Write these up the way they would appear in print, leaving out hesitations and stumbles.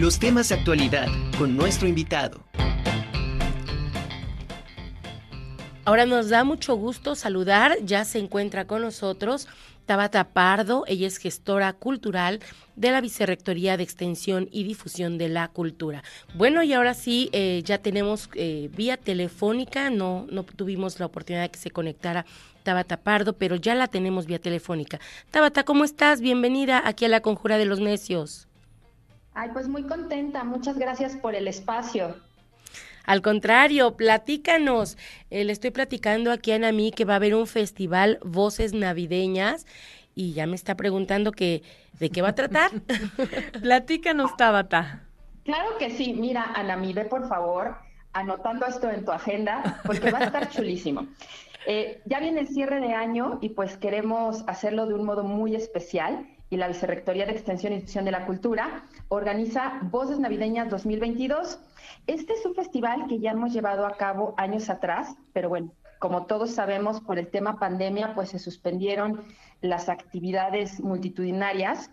Los temas de actualidad con nuestro invitado. Ahora nos da mucho gusto saludar, ya se encuentra con nosotros Tabata Pardo, ella es gestora cultural de la Vicerrectoría de Extensión y Difusión de la Cultura. Bueno, y ahora sí, ya tenemos vía telefónica, no tuvimos la oportunidad de que se conectara Tabata Pardo, pero ya la tenemos vía telefónica. Tabata, ¿cómo estás? Bienvenida aquí a La Conjura de los Necios. Ay, pues muy contenta, muchas gracias por el espacio. Al contrario, platícanos. Le estoy platicando aquí a Anamí que va a haber un festival Voces Navideñas y ya me está preguntando que de qué va a tratar. Platícanos, Tabata. Claro que sí. Mira, Anamí, ve por favor anotando esto en tu agenda porque va a estar chulísimo. Ya viene el cierre de año y pues queremos hacerlo de un modo muy especial y la Vicerrectoría de Extensión y Difusión de la Cultura organiza Voces Navideñas 2022. Este es un festival que ya hemos llevado a cabo años atrás, pero bueno, como todos sabemos, por el tema pandemia, pues se suspendieron las actividades multitudinarias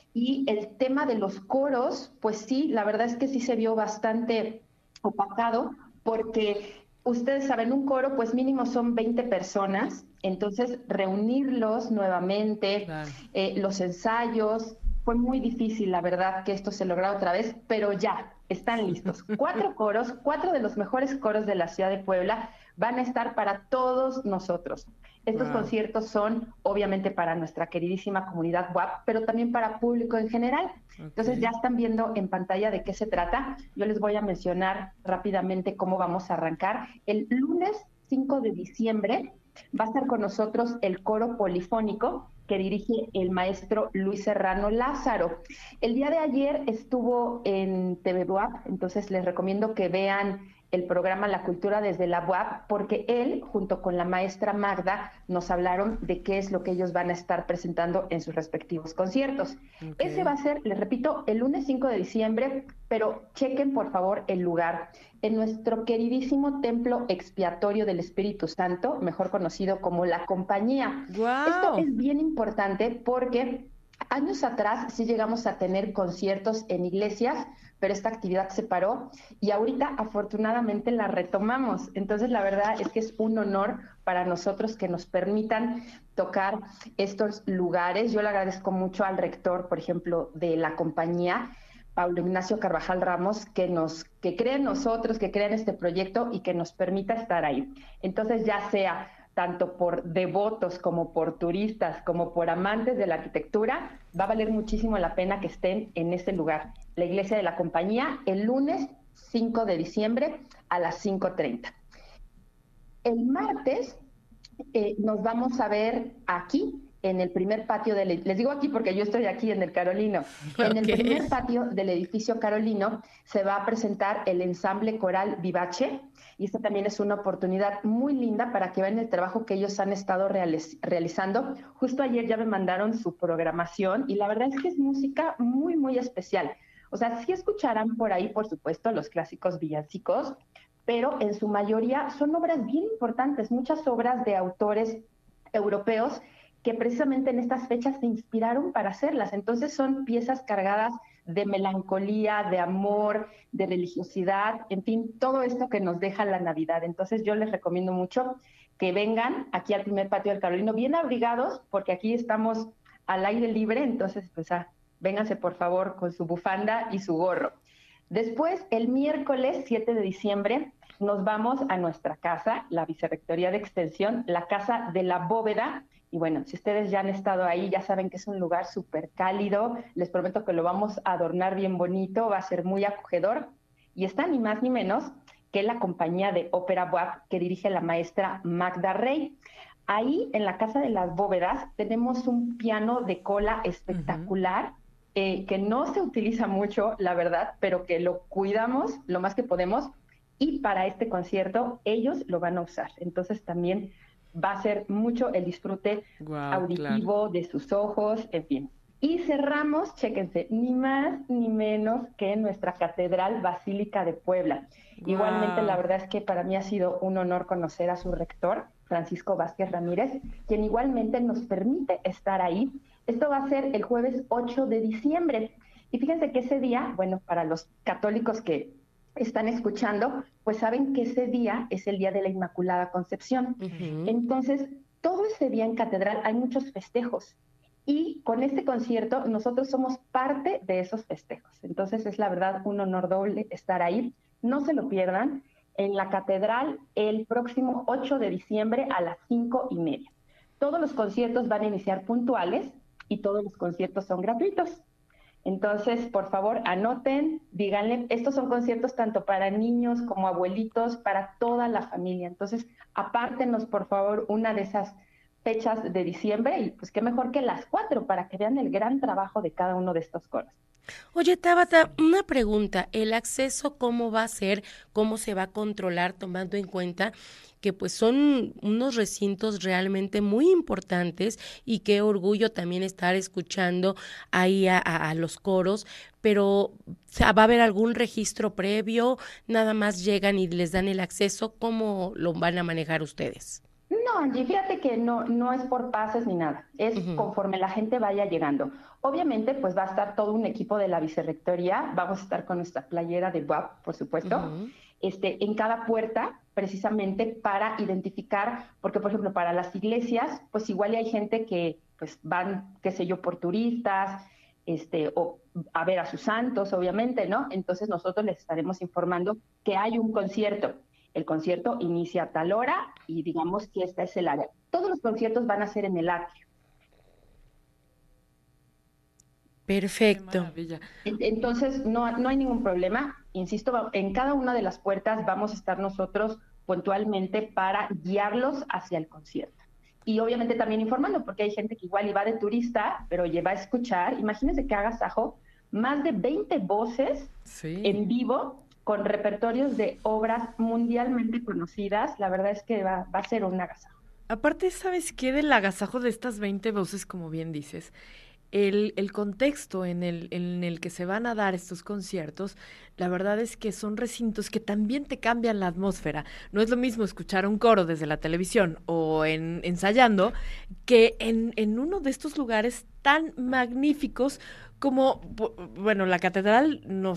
y el tema de los coros, pues sí, la verdad es que sí se vio bastante opacado porque ustedes saben, un coro pues mínimo son 20 personas, entonces reunirlos nuevamente, Claro. los ensayos, fue muy difícil, la verdad, que esto se lograra otra vez, pero ya, están listos. 4 coros, 4 de los mejores coros de la ciudad de Puebla van a estar para todos nosotros. Estos conciertos son obviamente para nuestra queridísima comunidad WAP, pero también para público en general. Entonces ya están viendo en pantalla de qué se trata. Yo les voy a mencionar rápidamente cómo vamos a arrancar. El lunes 5 de diciembre va a estar con nosotros el coro polifónico que dirige el maestro Luis Serrano Lázaro. El día de ayer estuvo en TV WAP, entonces les recomiendo que vean el programa La Cultura desde la UAP, porque él, junto con la maestra Magda, nos hablaron de qué es lo que ellos van a estar presentando en sus respectivos conciertos. Ese va a ser, les repito, el lunes 5 de diciembre, pero chequen por favor el lugar. En nuestro queridísimo templo expiatorio del Espíritu Santo, mejor conocido como La Compañía. ¡Guau! Esto es bien importante porque años atrás sí llegamos a tener conciertos en iglesias, pero esta actividad se paró y ahorita afortunadamente la retomamos. Entonces la verdad es que es un honor para nosotros que nos permitan tocar estos lugares. Yo le agradezco mucho al rector, por ejemplo, de La Compañía, Paulo Ignacio Carvajal Ramos, que cree en nosotros, que crea en este proyecto y que nos permita estar ahí. Entonces ya sea tanto por devotos como por turistas, como por amantes de la arquitectura, va a valer muchísimo la pena que estén en este lugar, la Iglesia de la Compañía, el lunes 5 de diciembre a las 5:30. El martes nos vamos a ver aquí, en el primer patio les digo aquí porque yo estoy aquí en el Carolino. En el primer patio del edificio Carolino se va a presentar el ensamble coral Vivace, y esta también es una oportunidad muy linda para que vean el trabajo que ellos han estado realizando. Justo ayer ya me mandaron su programación y la verdad es que es música muy, muy especial. O sea, sí escucharán por ahí, por supuesto, los clásicos villancicos, pero en su mayoría son obras bien importantes, muchas obras de autores europeos que precisamente en estas fechas se inspiraron para hacerlas. Entonces son piezas cargadas de melancolía, de amor, de religiosidad, en fin, todo esto que nos deja la Navidad. Entonces yo les recomiendo mucho que vengan aquí al primer patio del Carolino, bien abrigados, porque aquí estamos al aire libre, entonces pues vénganse por favor con su bufanda y su gorro. Después, el miércoles 7 de diciembre, nos vamos a nuestra casa, la Vicerrectoría de Extensión, la Casa de la Bóveda. Y bueno, si ustedes ya han estado ahí, ya saben que es un lugar súper cálido. Les prometo que lo vamos a adornar bien bonito, va a ser muy acogedor. Y está ni más ni menos que la compañía de ópera WAP que dirige la maestra Magda Rey. Ahí, en la Casa de las Bóvedas, tenemos un piano de cola espectacular. Que no se utiliza mucho, la verdad, pero que lo cuidamos lo más que podemos, y para este concierto ellos lo van a usar. Entonces también va a ser mucho el disfrute auditivo de sus ojos, en fin. Y cerramos, chéquense, ni más ni menos que nuestra Catedral Basílica de Puebla. Igualmente, la verdad es que para mí ha sido un honor conocer a su rector, Francisco Vázquez Ramírez, quien igualmente nos permite estar ahí. Esto va a ser el jueves 8 de diciembre. Y fíjense que ese día, bueno, para los católicos que están escuchando, pues saben que ese día es el día de la Inmaculada Concepción. Entonces, todo ese día en Catedral hay muchos festejos. Y con este concierto nosotros somos parte de esos festejos. Entonces es la verdad un honor doble estar ahí. No se lo pierdan, en la Catedral el próximo 8 de diciembre a las 5:30. Todos los conciertos van a iniciar puntuales y todos los conciertos son gratuitos. Entonces, por favor, anoten, díganle, estos son conciertos tanto para niños como abuelitos, para toda la familia. Entonces, apártenos, por favor, una de esas fechas de diciembre y pues qué mejor que las 4 para que vean el gran trabajo de cada uno de estos coros. Oye, Tabata, una pregunta, ¿el acceso cómo va a ser, cómo se va a controlar tomando en cuenta que pues son unos recintos realmente muy importantes y qué orgullo también estar escuchando ahí a los coros, pero ¿va a haber algún registro previo? ¿Nada más llegan y les dan el acceso? ¿Cómo lo van a manejar ustedes? No, Angie, fíjate que no es por pases ni nada, es conforme la gente vaya llegando. Obviamente, pues va a estar todo un equipo de la vicerrectoría, vamos a estar con nuestra playera de WAP, por supuesto, en cada puerta, precisamente para identificar, porque por ejemplo, para las iglesias, pues igual hay gente que pues van, qué sé yo, por turistas, o a ver a sus santos, obviamente, ¿no? Entonces nosotros les estaremos informando que hay un concierto. El concierto inicia a tal hora y digamos que esta es el área. Todos los conciertos van a ser en el atrio. Perfecto. Entonces no hay ningún problema. Insisto, en cada una de las puertas vamos a estar nosotros puntualmente para guiarlos hacia el concierto. Y obviamente también informando, porque hay gente que igual iba de turista, pero lleva a escuchar. Imagínense que agasajo más de 20 voces en vivo con repertorios de obras mundialmente conocidas. La verdad es que va a ser un agasajo. Aparte, ¿sabes qué? Del agasajo de estas 20 voces, como bien dices, el contexto en el que se van a dar estos conciertos, la verdad es que son recintos que también te cambian la atmósfera. No es lo mismo escuchar un coro desde la televisión o ensayando que en uno de estos lugares tan magníficos como, bueno, la catedral no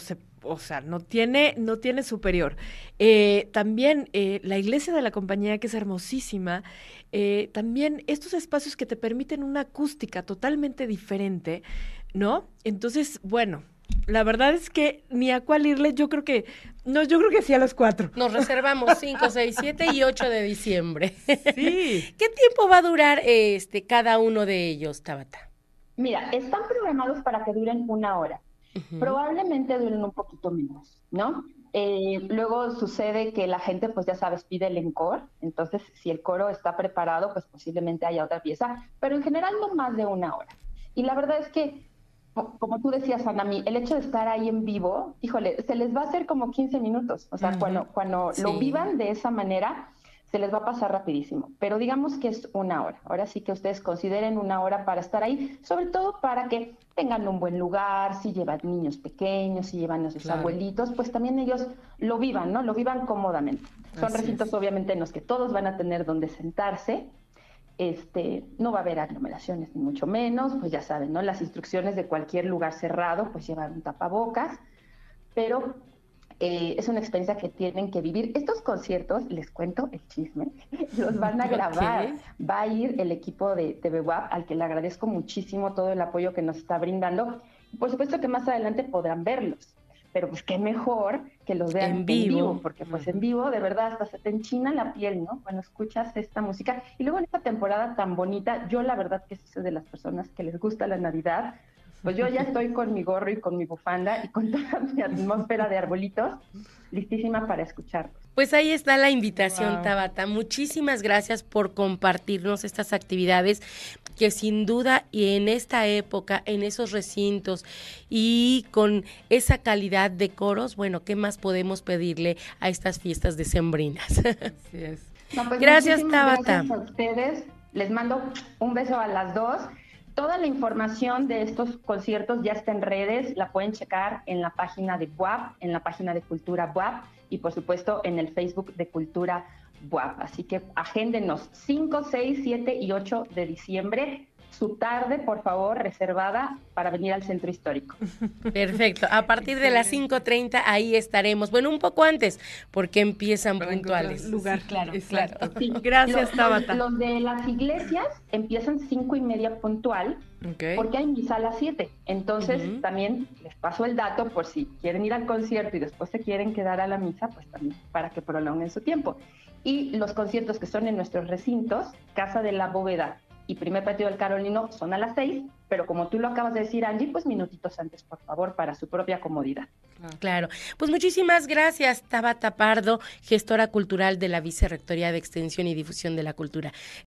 tiene superior. También la iglesia de la Compañía, que es hermosísima, también estos espacios que te permiten una acústica totalmente diferente, ¿no? Entonces, bueno, la verdad es que ni a cuál irle, yo creo que sí a los 4. Nos reservamos 5, 6, 7 y 8 de diciembre. Sí. ¿Qué tiempo va a durar cada uno de ellos, Tabata? Mira, están programados para que duren 1 hora. Probablemente duren un poquito menos, ¿no? Luego sucede que la gente, pues ya sabes, pide el encore, entonces si el coro está preparado, pues posiblemente haya otra pieza, pero en general no más de 1 hora. Y la verdad es que, como tú decías, Anami, el hecho de estar ahí en vivo, híjole, se les va a hacer como 15 minutos, o sea, cuando lo vivan de esa manera, se les va a pasar rapidísimo, pero digamos que es 1 hora. Ahora sí que ustedes consideren 1 hora para estar ahí, sobre todo para que tengan un buen lugar, si llevan niños pequeños, si llevan a sus abuelitos, pues también ellos lo vivan, ¿no? Lo vivan cómodamente. Son recintos obviamente en los que todos van a tener donde sentarse, no va a haber aglomeraciones ni mucho menos, pues ya saben, ¿no? Las instrucciones de cualquier lugar cerrado, pues llevar un tapabocas, pero es una experiencia que tienen que vivir. Estos conciertos, les cuento el chisme, los van a grabar. Va a ir el equipo de TV WAP, al que le agradezco muchísimo todo el apoyo que nos está brindando. Por supuesto que más adelante podrán verlos, pero pues qué mejor que los vean en vivo, porque pues en vivo de verdad hasta se te enchina la piel, ¿no? Cuando escuchas esta música. Y luego en esta temporada tan bonita, yo la verdad que soy de las personas que les gusta la Navidad. Pues yo ya estoy con mi gorro y con mi bufanda y con toda mi atmósfera de arbolitos, listísima para escucharlos. Pues ahí está la invitación, Tabata. Muchísimas gracias por compartirnos estas actividades que sin duda y en esta época, en esos recintos y con esa calidad de coros, bueno, ¿qué más podemos pedirle a estas fiestas decembrinas? Así es. No, pues gracias, Tabata. Gracias a ustedes. Les mando un beso a las dos. Toda la información de estos conciertos ya está en redes, la pueden checar en la página de WAP, en la página de Cultura WAP y por supuesto en el Facebook de Cultura WAP. Así que agéndenos 5, 6, 7 y 8 de diciembre, su tarde, por favor, reservada para venir al centro histórico. Perfecto. A partir de las 5:30 ahí estaremos. Bueno, un poco antes, porque empiezan Para puntuales. Lugar. Sí, claro, Exacto. claro. Sí. Gracias, Tabata. Los de las iglesias empiezan 5:30 puntual, Okay. porque hay misa a las 7. Entonces, Ujú. también les paso el dato por si quieren ir al concierto y después se quieren quedar a la misa, pues también para que prolonguen su tiempo. Y los conciertos que son en nuestros recintos, Casa de la Bóveda y Primer Patio del Carolino, son a las 6, pero como tú lo acabas de decir, Angie, pues minutitos antes, por favor, para su propia comodidad. Claro. Pues muchísimas gracias, Tabata Pardo, gestora cultural de la Vicerrectoría de Extensión y Difusión de la Cultura.